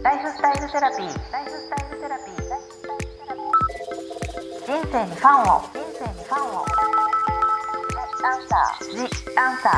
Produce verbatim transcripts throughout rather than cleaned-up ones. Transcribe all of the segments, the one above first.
ライフスタイルセラピー。ライフスタイルセラピー。人生にファンを。人生にファンを。アンサー。ジアンサ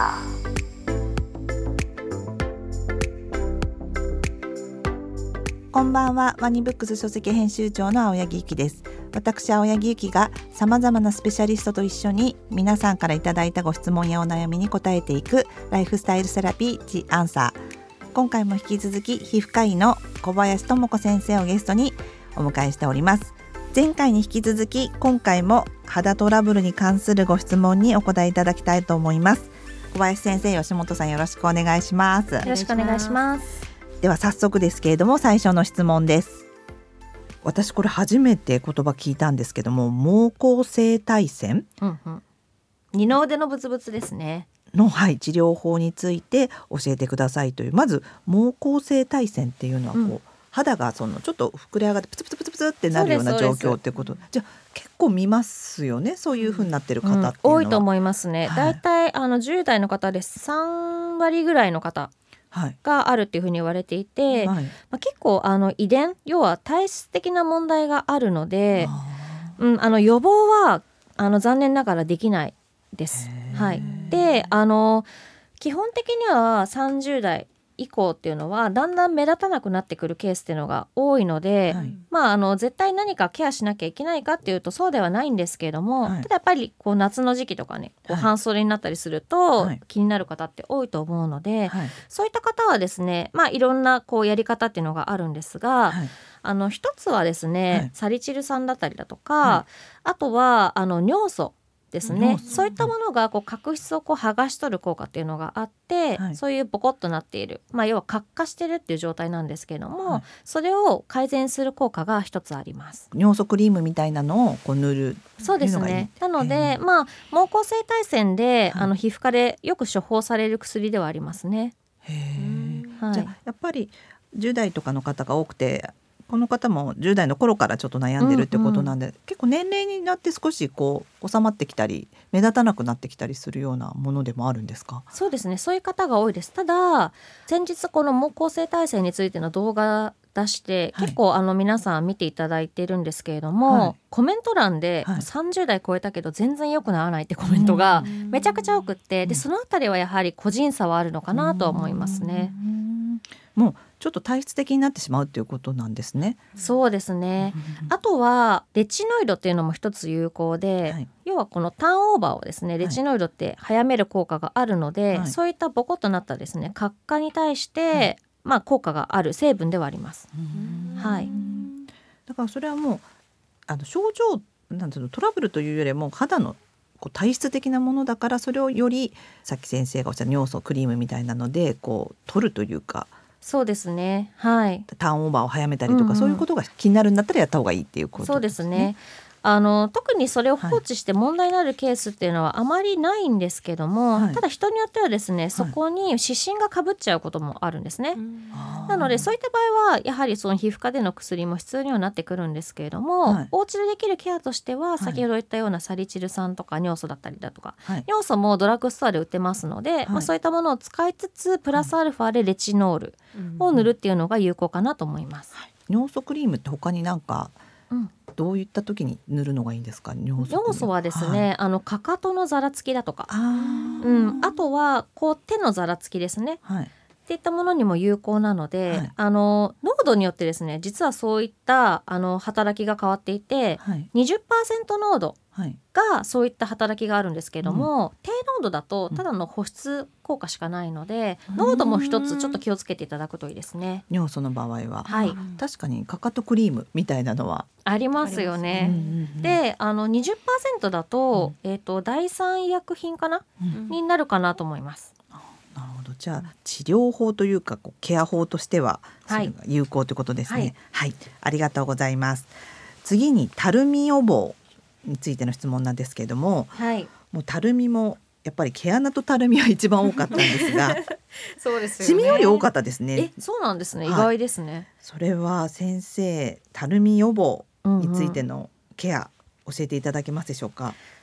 ー。こんばんは。ワニブックス書籍編集長の青柳ゆきです。私青柳ゆきがさまざまなスペシャリストと一緒に皆さんからいただいたご質問やお悩みに答えていくライフスタイルセラピージアンサー。今回も引き続き皮膚科医の小林智子先生をゲストにお迎えしております。前回に引き続き今回も肌トラブルに関するご質問にお答えいただきたいと思います。小林先生、吉本さん、よろしくお願いします。 よろしくお願いします。 では早速ですけれども、最初の質問です。私これ初めて言葉聞いたんですけども、毛孔生体線、 うんうん、二の腕のブツブツですねの、はい、治療法について教えてくださいという。まず毛孔生体線っていうのはこう、うん、肌がそのちょっと膨れ上がってプツプツプツプツってなるような状況ってことじゃあ結構見ますよね、そういう風になってる方っていうのは、 うん、多いと思いますね、はい、だいたいあのじゅう代の方でさんわりぐらいの方があるっていうふうに言われていて、はい、まあ、結構あの遺伝、要は体質的な問題があるので、うん、あの予防はあの残念ながらできないです。はい、であの基本的にはさんじゅう代以降っていうのはだんだん目立たなくなってくるケースっていうのが多いので、はい、まあ、あの絶対何かケアしなきゃいけないかっていうとそうではないんですけれども、はい、ただやっぱりこう夏の時期とかね、こう半袖になったりすると気になる方って多いと思うので、はい、そういった方はですね、まあ、いろんなこうやり方っていうのがあるんですが、はい、あの一つはですね、はい、サリチル酸だったりだとか、はい、あとはあの尿素ですね、そういったものがこう角質をこう剥がし取る効果っていうのがあって、はい、そういうボコッとなっている、まあ、要は角化してるっていう状態なんですけれども、はい、それを改善する効果が一つあります。 尿素クリームみたいなのをこう塗る。 そうですね。なので、まあ、毛孔生体線で、はい、あの皮膚科でよく処方される薬ではありますね。 へー、はい、じゃあやっぱりじゅう代とかの方が多くて、この方もじゅう代の頃からちょっと悩んでるってことなんで、うんうん、結構年齢になって少しこう収まってきたり目立たなくなってきたりするようなものでもあるんですか？ そうですね、そういう方が多いです。ただ先日この毛孔生体線についての動画出して、はい、結構あの皆さん見ていただいているんですけれども、はい、コメント欄で、はい、さんじゅう代超えたけど全然良くならないってコメントがめちゃくちゃ多くって、でそのあたりはやはり個人差はあるのかなとは思いますね。 もうちょっと体質的になってしまうということなんですね。 そうですね。あとはレチノイドっていうのも一つ有効で、はい、要はこのターンオーバーをですね、レチノイドって早める効果があるので、はい、そういったボコッとなったですね角化に対して、はい、まあ、効果がある成分ではあります。はい、 だからそれはもうあの症状なんていうの、トラブルというよりも肌のこう体質的なものだから、それをよりさっき先生がおっしゃる尿素クリームみたいなのでこう取るというか。 そうですね、はい、 ターンオーバーを早めたりとか、うんうん、そういうことが気になるんだったらやった方がいいっていうことですね。 そうですね。あの特にそれを放置して問題になるケースっていうのはあまりないんですけども、はい、ただ人によってはですね、そこに湿疹がかぶっちゃうこともあるんですね、はい、なのでそういった場合はやはりその皮膚科での薬も必要にはなってくるんですけれども、はい、お家でできるケアとしては先ほど言ったようなサリチル酸とか尿素だったりだとか、はい、尿素もドラッグストアで売ってますので、はい、まあ、そういったものを使いつつプラスアルファでレチノールを塗るっていうのが有効かなと思います、はい、 尿素クリームって他になんかうん、どういった時に塗るのがいいんですか？尿素、 尿素はですね、はい、あのかかとのざらつきだとか、 あ,、うん、あとはこう手のざらつきですね、はい、っていったものにも有効なので、はい、あの濃度によってですね、実はそういったあの働きが変わっていて、はい、にじゅっパーセント 濃度がそういった働きがあるんですけれども、うん、低濃度だとただの保湿効果しかないので、うん、濃度も一つちょっと気をつけていただくといいですね。 尿素の場合は、 はい、 確かにかかとクリームみたいなのはありますよね。うんうんうん、であの にじゅっパーセント だと、うん、えーと、第三医薬品かな、うん、になるかなと思います。 なるほど。じゃあ治療法というかこうケア法としてはそれが有効ということですね。はい、はい、ありがとうございます。次にたるみ予防についての質問なんですけれども、はい、もうたるみもやっぱり毛穴とたるみは一番多かったんですがそうですよね、 シミより多かったですね。 え、そうなんですね、はい、意外ですね。 それは先生、たるみ予防についてのケア、うんうん、教えていただけますでしょうか？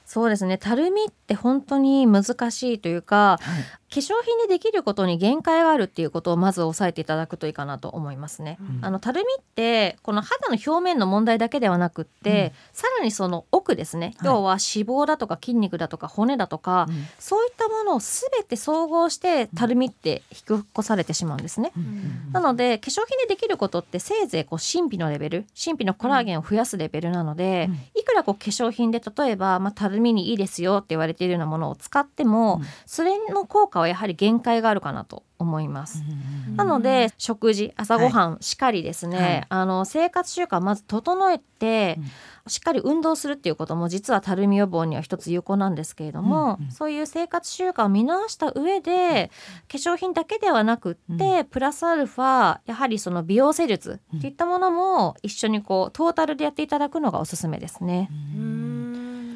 そうですね、たるみって本当に難しいというか、はい、化粧品でできることに限界があるっていうことをまず押さえていただくといいかなと思いますね、うん、あのたるみってこの肌の表面の問題だけではなくって、うん、さらにその奥ですね、はい、要は脂肪だとか筋肉だとか骨だとか、うん、そういったものをすべて総合してたるみって引き起こされてしまうんですね、うん、なので化粧品でできることってせいぜいこう神秘のレベル、神秘のコラーゲンを増やすレベルなので、うん、いくらこう化粧品で例えば、まあ、たるみにいいですよって言われているようなものを使っても、うん、それの効果はやはり限界があるかなと思います。なので食事、朝ごはんしっかりですね、はい、あの生活習慣をまず整えて、うん、しっかり運動するっていうことも実はたるみ予防には一つ有効なんですけれども、うんうん、そういう生活習慣を見直した上で、化粧品だけではなくって、うん、プラスアルファやはりその美容施術っていったものも一緒にこうトータルでやっていただくのがおすすめですね。 うん、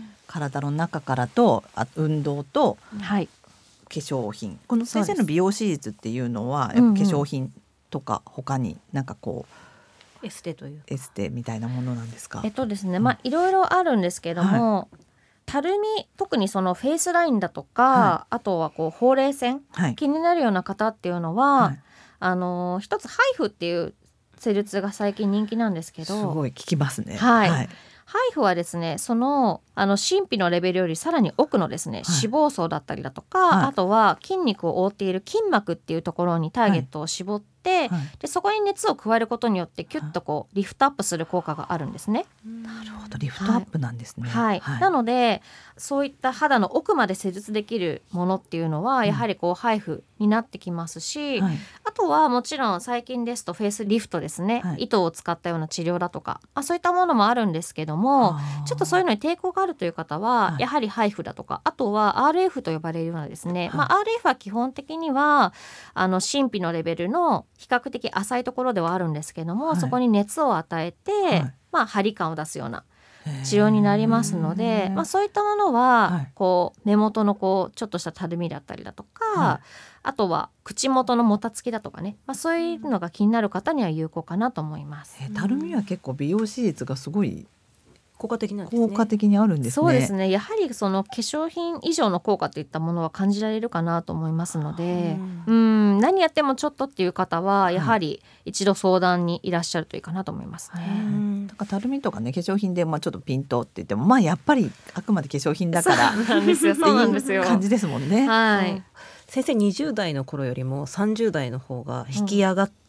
体の中からとあ運動と、はい、化粧品、この先生の美容施術っていうのはやっぱ化粧品とか他になんかこうエステというエステみたいなものなんですか？ えっとですね、まあいろいろあるんですけども、はい、たるみ、特にそのフェイスラインだとか、はい、あとはこうほうれい線、はい、気になるような方っていうのは、はい、あの一つハイフっていう施術が最近人気なんですけど、 すごい効きますね。 はい、はい、ハイフはですね、そのあの神秘のレベルよりさらに奥のですね、はい、脂肪層だったりだとか、はい、あとは筋肉を覆っている筋膜っていうところにターゲットを絞って、はい、でそこに熱を加えることによってキュッとこうリフトアップする効果があるんですね。 なるほど、リフトアップなんですね。 はいはいはい、なのでそういった肌の奥まで施術できるものっていうのはやはりこうハイフになってきますし、はい、あとはもちろん最近ですとフェイスリフトですね、はい、糸を使ったような治療だとか、まあ、そういったものもあるんですけども、ちょっとそういうのに抵抗があるという方は、はい、やはりハイフだとか、あとは アールエフ と呼ばれるようなですね、はい、まあ、アールエフ は基本的にはあの神秘のレベルの比較的浅いところではあるんですけども、はい、そこに熱を与えて、はい、まあ、張り感を出すような治療になりますので、まあ、そういったものは、はい、こう目元のこうちょっとしたたるみだったりだとか、はい、あとは口元のもたつきだとかね、まあ、そういうのが気になる方には有効かなと思います。 えたるみは結構美容施術がすごい効果的なんですね。 効果的にあるんですね。 そうですね、やはりその化粧品以上の効果といったものは感じられるかなと思いますので、うん、何やってもちょっとっていう方はやはり一度相談にいらっしゃるといいかなと思いますね。 だからたるみとかね、化粧品でまあちょっとピントって言っても、まあやっぱりあくまで化粧品だからそうなんですよ、そうなんですよ感じですもんね。 はい、 先生にじゅう代の頃よりもさんじゅう代の方が引き上がって、うん、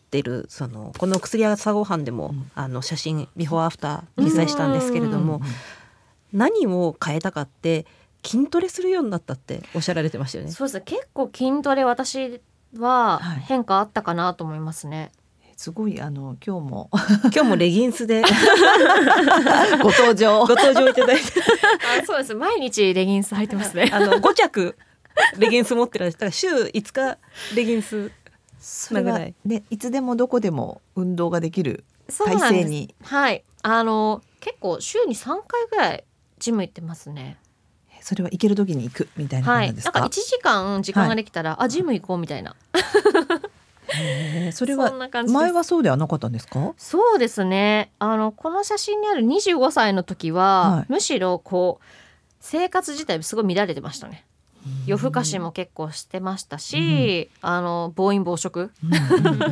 そのこの薬朝ごはんでも、うん、あの写真ビフォーアフター記載したんですけれども、何を変えたかって筋トレするようになったっておっしゃられてましたよね。 そうですね、結構筋トレ私は変化あったかなと思いますね。 はい、すごいあの今日も今日もレギンスでご登場ご登場いただいてあ、そうです、毎日レギンス履いてますね。 あのご着レギンス持ってらっしゃる、週いつかレギンスそれは、ね、いつでもどこでも運動ができる体制に。 はい、あの結構週にさんかいぐらいジム行ってますね。 それは行ける時に行くみたいな感じですか？ はい、なんかいちじかん時間ができたら、はい、あジム行こうみたいなへそれは前はそうではなかったんですか？ そうですね、あのこの写真にあるにじゅうごさいの時は、はい、むしろこう生活自体すごい乱れてましたね。夜更かしも結構してましたし、うん、あの暴飲暴食、うん、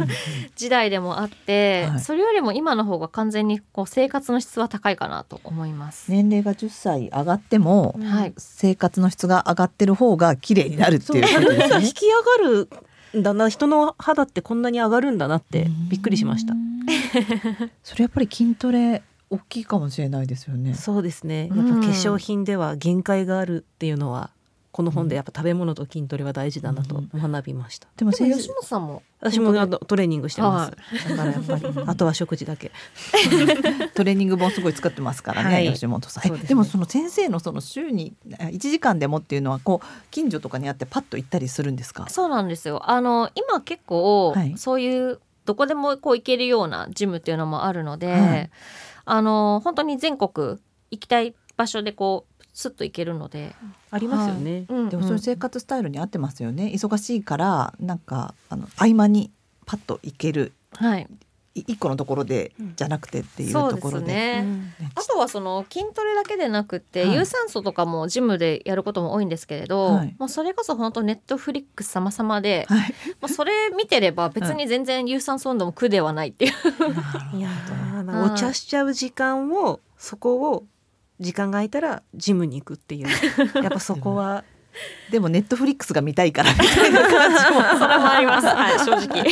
時代でもあって、はい、それよりも今の方が完全にこう生活の質は高いかなと思います。 年齢がじゅっさい上がっても、はい、生活の質が上がってる方が綺麗になるっていうことですね。 引き上がるんだな、人の肌ってこんなに上がるんだなってびっくりしました。 それやっぱり筋トレ大きいかもしれないですよね。 そうですね、やっぱ化粧品では限界があるっていうのはこの本でやっぱ食べ物と筋トレは大事だなと学びました。 うん、でも吉本さんも私もトレーニングしてます。だからやっぱりあとは食事だけトレーニング本すごい使ってますからね、はい、吉本さん。 で, ね、でもその先生のその週にいちじかんでもっていうのはこう近所とかにあってパッと行ったりするんですか？ そうなんですよ。あの今結構、はい、そういうどこでもこう行けるようなジムっていうのもあるので、はい、あの本当に全国行きたい場所でこうスッと行けるのでありますよね。 はい、でもそういう生活スタイルに合ってますよね。忙しいからなんかあの合間にパッと行ける、 はい、 一個のところでじゃなくてっていうところ で,、 そうですね、うん、あとはその筋トレだけでなくて、はい、有酸素とかもジムでやることも多いんですけれど、はい、もうそれこそ本当ネットフリックス様々で、はい、もうそれ見てれば別に全然有酸素運動も苦ではないっていう、 いやお茶しちゃう時間をそこを時間が空いたらジムに行くっていうやっぱそこはでもネットフリックスが見たいからみたいな感じもそれもあります、はい、正直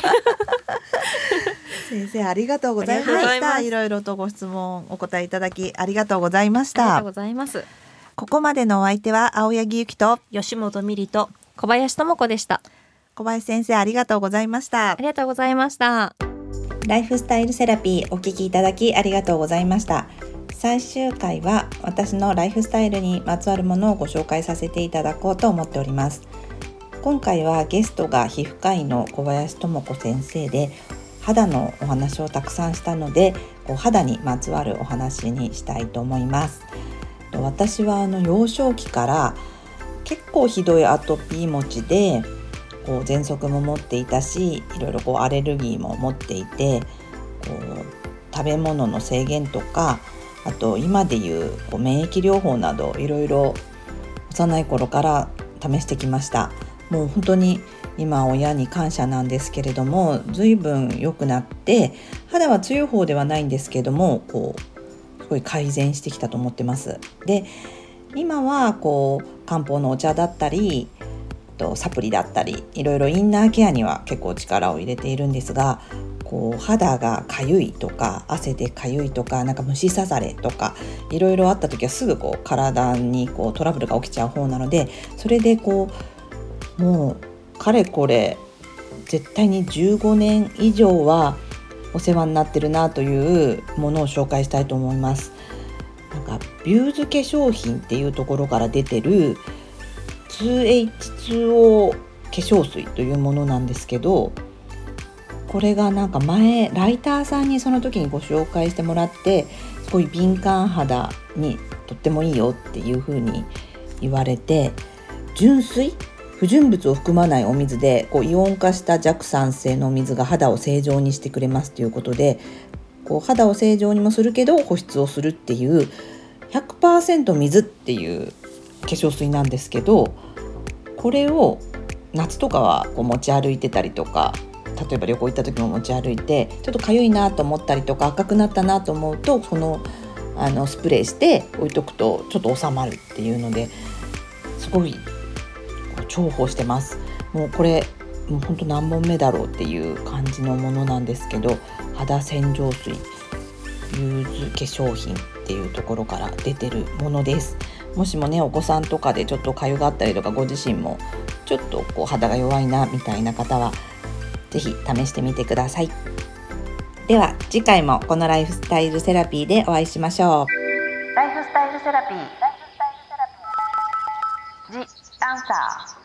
先生ありがとうございました。いろいろとご質問お答えいただきありがとうございました。 ありがとうございます。 ここまでのお相手は青柳ゆきと吉本美里と小林智子でした。 小林先生ありがとうございました。 ありがとうございました。 ライフスタイルセラピーお聞きいただきありがとうございました。最終回は私のライフスタイルにまつわるものをご紹介させていただこうと思っております。今回はゲストが皮膚科医の小林智子先生で、肌のお話をたくさんしたので、こう肌にまつわるお話にしたいと思います。私はあの幼少期から結構ひどいアトピー持ちで、こう喘息も持っていたし、いろいろこうアレルギーも持っていて、こう食べ物の制限とか、あと今でいうこう免疫療法などいろいろ幼い頃から試してきました。もう本当に今親に感謝なんですけれども、随分良くなって、肌は強い方ではないんですけども、こうすごい改善してきたと思ってます。で、今はこう漢方のお茶だったりとサプリだったり、いろいろインナーケアには結構力を入れているんですが、こう肌がかゆいとか汗でかゆいとか、なんか虫刺されとかいろいろあった時はすぐこう体にこうトラブルが起きちゃう方なので、それでこうもうかれこれ絶対にじゅうごねん以上はお世話になってるなというものを紹介したいと思います。なんかビューズ化粧品っていうところから出てる ツーエイチツーオー 化粧水というものなんですけど、これがなんか前ライターさんにその時にご紹介してもらって、すごい敏感肌にとってもいいよっていう風に言われて、純水不純物を含まないお水でこうイオン化した弱酸性のお水が肌を正常にしてくれますということで、こう肌を正常にもするけど保湿をするっていう ひゃくパーセント 水っていう化粧水なんですけど、これを夏とかはこう持ち歩いてたりとか、例えば旅行行った時も持ち歩いて、ちょっとかゆいなと思ったりとか赤くなったなと思うと、そのあのスプレーして置いとくとちょっと収まるっていうので、すごい重宝してます。もうこれもう本当何本目だろうっていう感じのものなんですけど、肌洗浄水ユーズ化粧品っていうところから出てるものです。もしもねお子さんとかでちょっとかゆがあったりとか、ご自身もちょっとこう肌が弱いなみたいな方はぜひ試してみてください。では次回もこのライフスタイルセラピーでお会いしましょう。 ライフスタイルセラピー、ライフスタイルセラピー、ジ・アンサー。